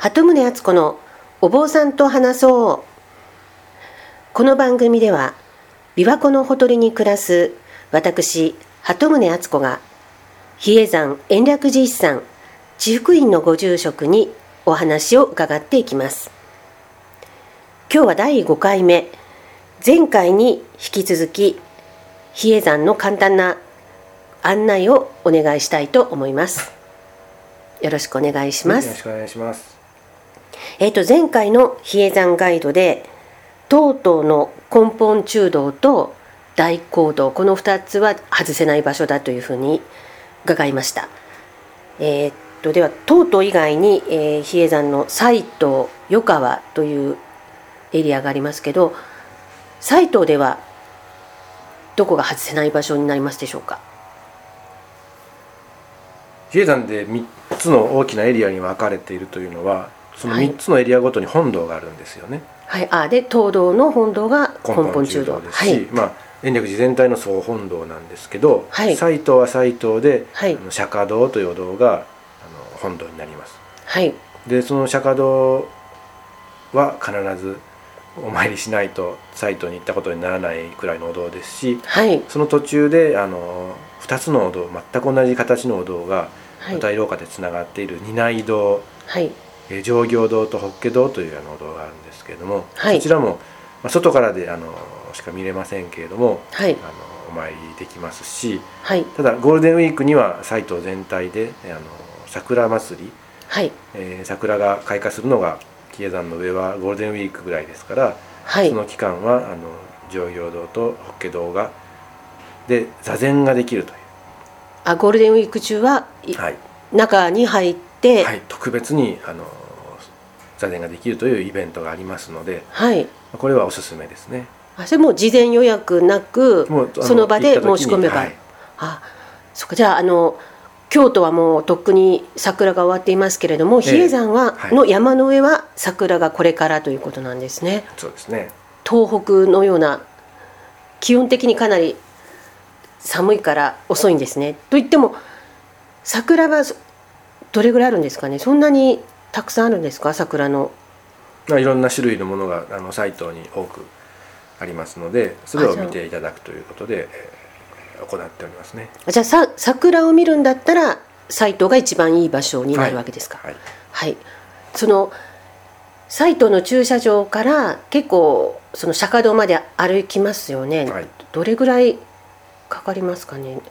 鳩宗敦子のお坊さんと話そう。この番組では琵琶湖のほとりに暮らす私鳩宗敦子が比叡山延暦寺一山智福院のご住職にお話を伺っていきます。今日は第5回目、前回に引き続き比叡山の簡単な案内をお願いしたいと思います。よろしくお願いします。 よろしくお願いします。 前回の比叡山ガイドで東東の根本中道と大講堂、この2つは外せない場所だというふうに伺いました。では東東以外に、比叡山の西東、余川というエリアがありますけど、西東ではどこが外せない場所になりますでしょうか。 比叡山で3つの大きなエリアに分かれているというのは、その3つのエリアごとに本堂があるんですよね。 で東堂の本堂が根本中道ですし、延暦寺全体の総本堂なんですけど、西東は西東で、釈迦堂というお堂が本堂になります。でその釈迦堂は必ずお参りしないと西東に行ったことにならないくらいのお堂ですし、その途中で2つのお堂、全く同じ形のお堂が大廊下でつながっている二内堂、上行堂と法華堂というお堂があるんですけれども、そちらも外からでしか見れませんけれども、お参りできますし、ただゴールデンウィークには西東全体で桜祭り、桜が開花するのが比叡山の上はゴールデンウィークぐらいですから、その期間は上行堂と法華堂がで座禅ができるという。 ゴールデンウィーク中は、中に入って、 特別に座禅ができるというイベントがありますので、これはおすすめですね。 それも事前予約なくその場で申し込めば、そっか。じゃあ京都はもうとっくに桜が終わっていますけれども、比叡山の山の上は桜がこれからということなんですね。 そうですね。 東北のような気温的にかなり寒いから遅いんですね。といっても桜はどれぐらいあるんですかね。そんなにたくさんあるんですか、桜の。 いろんな種類のものが西東に多くありますので、それを見ていただくということで行っておりますね。 じゃあ桜を見るんだったら西東が一番いい場所になるわけですか。その西東の駐車場から結構その釈迦堂まで歩きますよね。どれぐらいかかりますかね。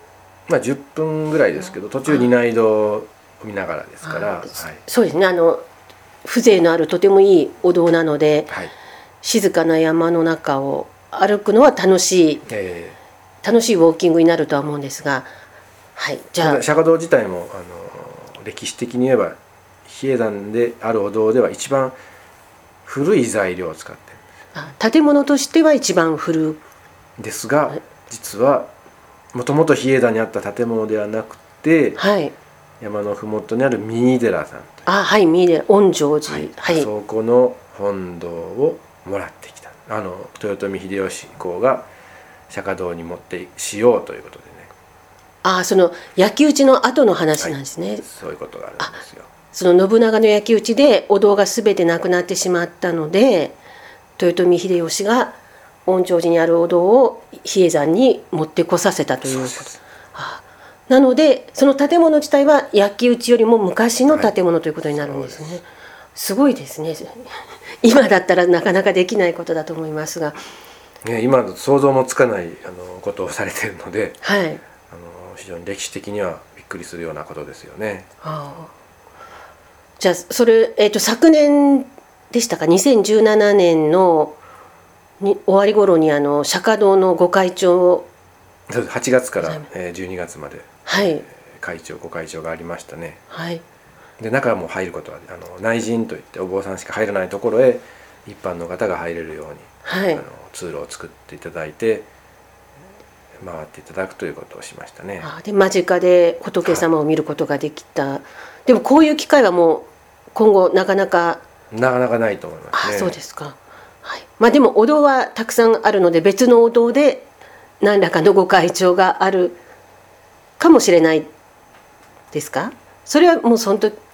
10分ぐらいですけど、途中二内堂を見ながらですから。 そうですね。風情のあるとてもいいお堂なので、静かな山の中を歩くのは楽しいウォーキングになるとは思うんですが、じゃあ釈迦堂自体も歴史的に言えば比叡山であるお堂では一番古い材料を使ってるんです。 建物としては一番古いですが、実はもともと比叡山にあった建物ではなくて、山のふもとにある三井寺さんという、 三井寺恩成寺、 そこの本堂をもらってきた。豊臣秀吉公が釈迦堂に持ってしようということでね。 その焼き討ちの後の話なんですね。 そういうことがあるんですよ。 その信長の焼き討ちでお堂が全てなくなってしまったので、豊臣秀吉が恩成寺にあるお堂を比叡山に持ってこさせたということ。なのでその建物自体は焼き討ちよりも昔の建物ということになるんですね。すごいですね。今だったらなかなかできないことだと思いますが、 今想像もつかないことをされているので、非常に歴史的にはびっくりするようなことですよね。 じゃあそれ、昨年でしたか、2017年の終わり頃に釈迦堂の御開帳、 8月から12月まで御開帳がありましたね。で中も入ることは内陣といってお坊さんしか入らないところへ一般の方が入れるように、通路を作っていただいて回っていただくということをしましたね。 で間近で仏様を見ることができた。でもこういう機会はもう今後なかなかないと思いますね。 そうですか。でもお堂はたくさんあるので、別のお堂で何らかのご開帳があるかもしれないですか。それはもう本当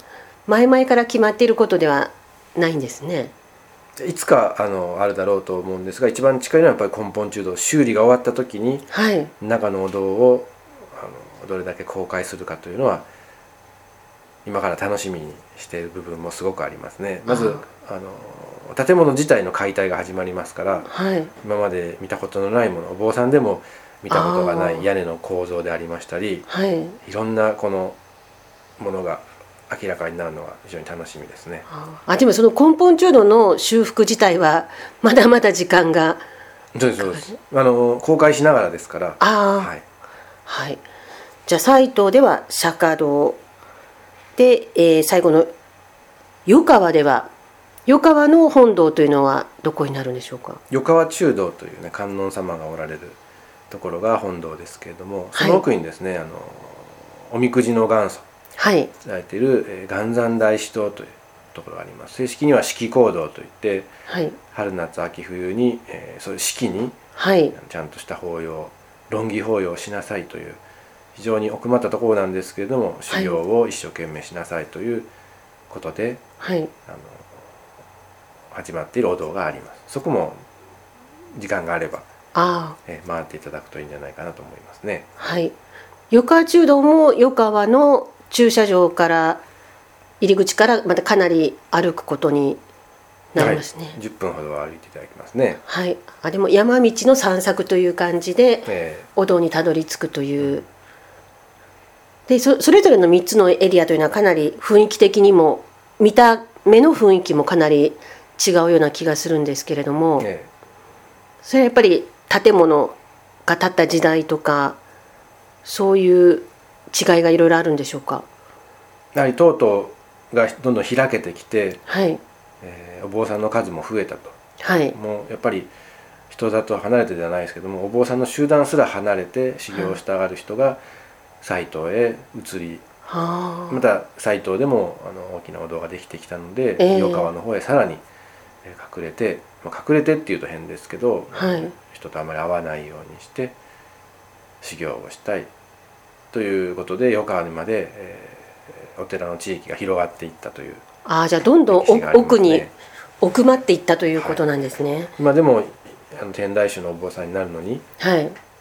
前々から決まっていることではないんですね。 いつかあるだろうと思うんですが、一番近いのはやっぱり根本中道、修理が終わった時に、はい、中のお堂をどれだけ公開するかというのは今から楽しみにしている部分もすごくありますね。まず建物自体の解体が始まりますから、はい、今まで見たことのないもの、お坊さんでも見たことがない屋根の構造でありましたり、はい、いろんなこのものが明らかになるのが非常に楽しみですね。 でもその根本中道の修復自体はまだまだ時間が。 そうですそうです。公開しながらですから。はい、 はい、じゃあ西東では釈迦堂で、最後の余川では、余川の本堂というのはどこになるんでしょうか。 余川中堂というね、観音様がおられるところが本堂ですけれども、その奥にですね、おみくじの元祖されている元山大師堂というところがあります。正式には四季講堂といって、はい、春夏秋冬に、そういう四季に、はい、ちゃんとした法要、論議法要をしなさいという非常に奥まったところなんですけれども、修行を一生懸命しなさいということで、はい、始まっているお堂があります。そこも時間があれば回っていただくといいんじゃないかなと思いますね。 はい、余川中堂も余川の駐車場から入り口からまたかなり歩くことになりますね。 はい、10分ほどは歩いていただきますね。 はい、でも山道の散策という感じで、お堂にたどり着くという、で それぞれの3つのエリアというのはかなり雰囲気的にも見た目の雰囲気もかなり違うような気がするんですけれども、それはやっぱり建物が建った時代とかそういう違いがいろいろあるんでしょうか。 やはりとうとうがどんどん開けてきて、はい、お坊さんの数も増えたと、はい、もうやっぱり人里は離れてではないですけども、お坊さんの集団すら離れて修行をしたがる人が西東へ移り、また西東でも大きなお堂ができてきたので、余川の方へさらに隠れてっていうと変ですけど、はい、人とあまり会わないようにして修行をしたいということで余川にまで、お寺の地域が広がっていったという。 じゃあどんどん奥に奥まっていったということなんですね。はい、 今でも天台宗のお坊さんになるのに、はい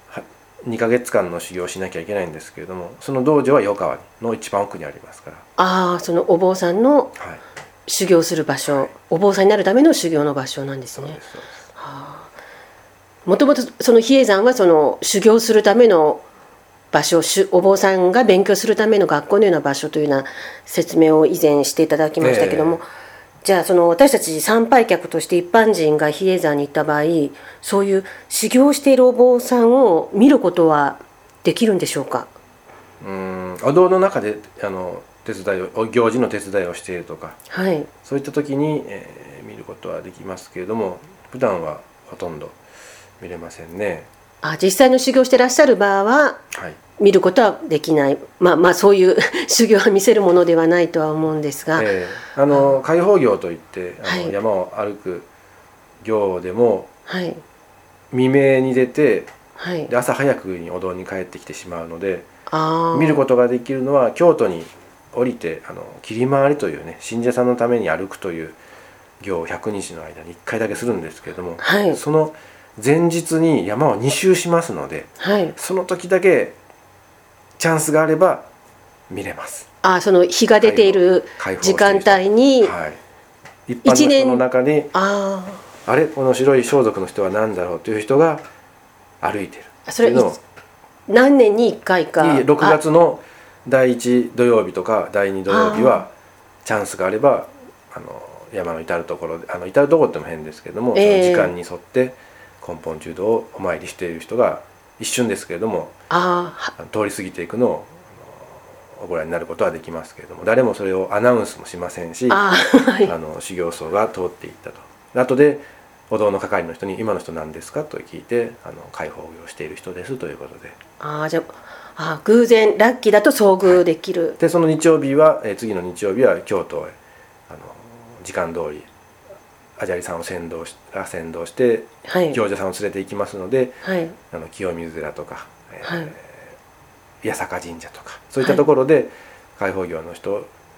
、2ヶ月間の修行をしなきゃいけないんですけれども、その道場は余川の一番奥にありますから。 そのお坊さんの修行する場所、はい、お坊さんになるための修行の場所なんですね。もともとその比叡山はその修行するための場所、お坊さんが勉強するための学校のような場所というような説明を以前していただきましたけども、じゃあその私たち参拝客として一般人が比叡山に行った場合、そういう修行しているお坊さんを見ることはできるんでしょうか。 お堂の中で手伝いを、行事の手伝いをしているとか、はい、そういった時に、見ることはできますけれども、普段はほとんど見れませんね。 実際の修行してらっしゃる場は、はい、見ることはできない、そういう修行は見せるものではないとは思うんですが、 開放行といって山を歩く行でも、はい、未明に出て、はい、で朝早くにお堂に帰ってきてしまうので、見ることができるのは京都に降りて切り回りというね、信者さんのために歩くという行を100日の間に1回だけするんですけれども、はい、その前日に山を2周しますので、はい、その時だけチャンスがあれば見れます。 その日が出ている時間帯に、 はい、一般の人の中にあれこの白い装束の人は何だろうという人が歩いてる。 それ何年に1回か。 6月の第1土曜日とか第2土曜日はチャンスがあれば山の至るところで至るところっても変ですけれども、その時間に沿って根本中道をお参りしている人が一瞬ですけれども通り過ぎていくのをおご覧になることはできますけれども、誰もそれをアナウンスもしませんし、はい、修行僧が通っていったと。後でお堂の係の人に今の人何ですかと聞いて開放業をしている人ですということで。 じゃあ偶然ラッキーだと遭遇できる。 はい、でその日曜日は、次の日曜日は京都へ時間通りアジャリさんを先導して、はい、行者さんを連れて行きますので、はい、清水寺とか、八坂神社とかそういったところで開放業の人を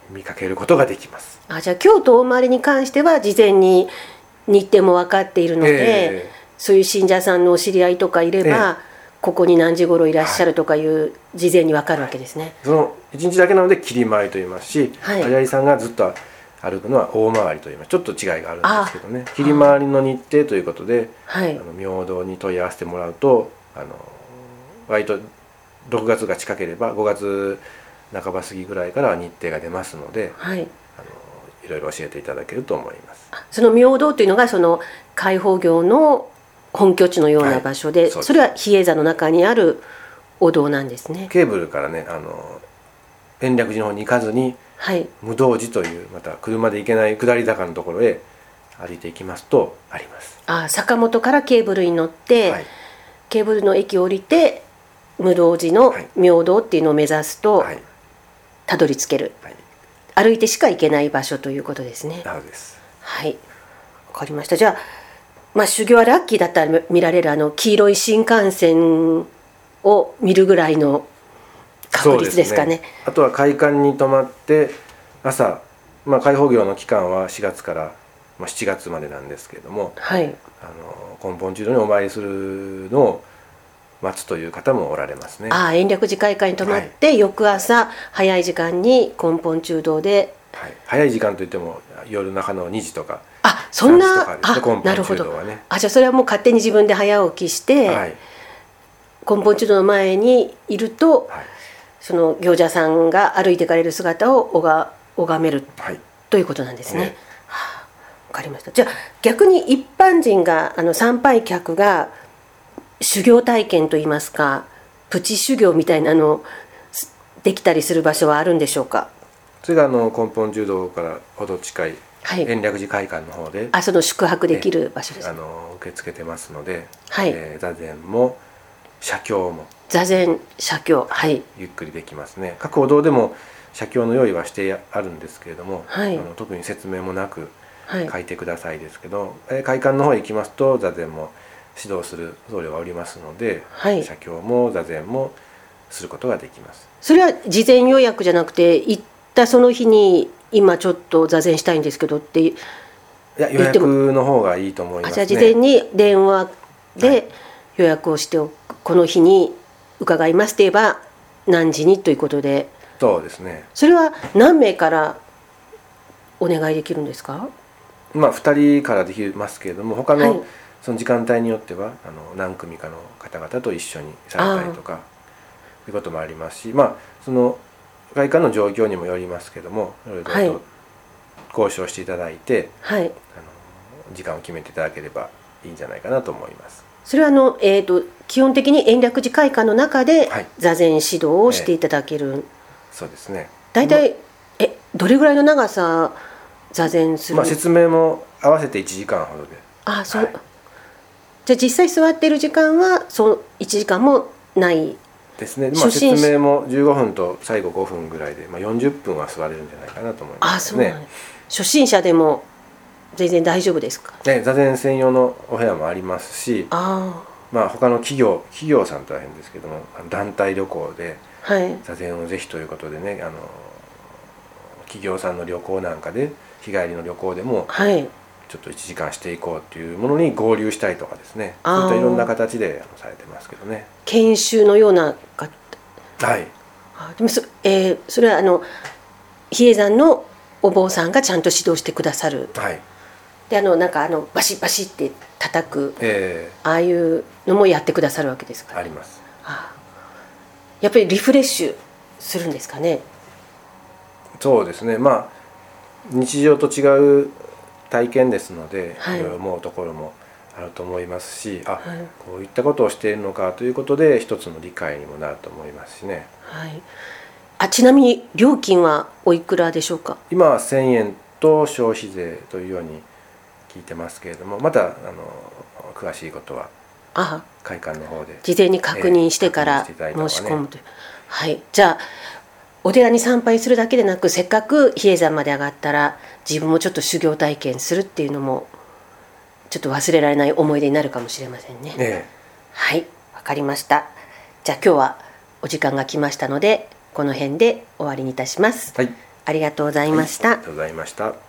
見かけることができます。 じゃあ京都お回りに関しては事前に日程も分かっているので、そういう信者さんのお知り合いとかいれば、ここに何時頃いらっしゃるとかいう事前に分かるわけですね。 その1日だけなので切り回りと言いますし、早井さんがずっと歩くのは大回りと言います。ちょっと違いがあるんですけどね、切り回りの日程ということで、明堂に問い合わせてもらうと割と6月が近ければ5月半ば過ぎぐらいから日程が出ますので、いろいろ教えていただけると思います。 その明堂というのがその開放業の本拠地のような場所で、それは比叡山の中にあるお堂なんですね。 ケーブルからね延暦寺の方に行かずに、無道寺というまた車で行けない下り坂のところへ歩いていきますとあります。 坂本からケーブルに乗って、ケーブルの駅を降りて無道寺の明堂っていうのを目指すと、たどり着ける、歩いてしか行けない場所ということですね。 そうです。 はい、わかりました。じゃあ、修行はラッキーだったら見られる黄色い新幹線を見るぐらいの確率ですかね。 あとは会館に泊まって朝、開放業の期間は4月から7月までなんですけれども、根本中堂にお参りするのを待つという方もおられますね。 延暦寺会館に泊まって、翌朝早い時間に根本中堂で、 早い時間といっても夜中の2時とかそんな 3時とかですね。根本中堂はね。 じゃあそれはもう勝手に自分で早起きして、根本中堂の前にいると、その行者さんが歩いていかれる姿を拝める、ということなんですね。わかりました。じゃあ逆に一般人が参拝客が修行体験といいますか、プチ修行みたいなのできたりする場所はあるんでしょうか。 それが根本中堂からほど近い延暦寺会館の方で、 その宿泊できる場所です。 受け付けてますので、座禅も写経も座禅写経、 ゆっくりできますね。各お堂でも写経の用意はしてあるんですけれども、特に説明もなく書いてくださいですけど、会館の方へ行きますと座禅も指導する僧侶がおりますので、写経も座禅もすることができます。 それは事前予約じゃなくて、行ったその日に今ちょっと座禅したいんですけどって言っても、 予約の方がいいと思いますね。 じゃあ事前に電話で予約をしておく、この日に伺いますと言えば何時にということで。 そうですね。 それは何名からお願いできるんですか。 2人からできますけれども、他のその時間帯によっては何組かの方々と一緒にされたりとかいうこともありますし、その会館の状況にもよりますけども、いろいろと交渉していただいて、時間を決めていただければいいんじゃないかなと思います。 それは基本的に延暦寺会館の中で座禅指導をしていただける。 そうですね。 大体どれぐらいの長さ座禅する。 説明も合わせて1時間ほどで。 じゃあ実際座っている時間は1時間もないですね。説明も15分と最後5分ぐらいで、40分は座れるんじゃないかなと思いますね。 初心者でも全然大丈夫ですか。 座禅専用のお部屋もありますし、他の企業さんとは変ですけども、団体旅行で座禅をぜひということでね、企業さんの旅行なんかで日帰りの旅行でもちょっと1時間していこうっていうものに合流したいとかですね、そういったいろんな形でされてますけどね。 研修のようなでもそれは比叡山のお坊さんがちゃんと指導してくださる。でなんかバシバシって叩く、ああいうのもやってくださるわけですか。 あります。 やっぱりリフレッシュするんですかね。 そうですね。日常と違う体験ですので、いろいろ思うところもあると思いますし、こういったことをしているのかということで一つの理解にもなると思いますしね。 ちなみに料金はおいくらでしょうか。 今は1000円と消費税というように聞いてますけれども、また詳しいことは会館の方で事前に確認してから申し込むという。じゃあお寺に参拝するだけでなく、せっかく比叡山まで上がったら自分もちょっと修行体験するっていうのもちょっと忘れられない思い出になるかもしれませんね。わかりました。じゃあ今日はお時間が来ましたのでこの辺で終わりにいたします。 ありがとうございました。 ありがとうございました。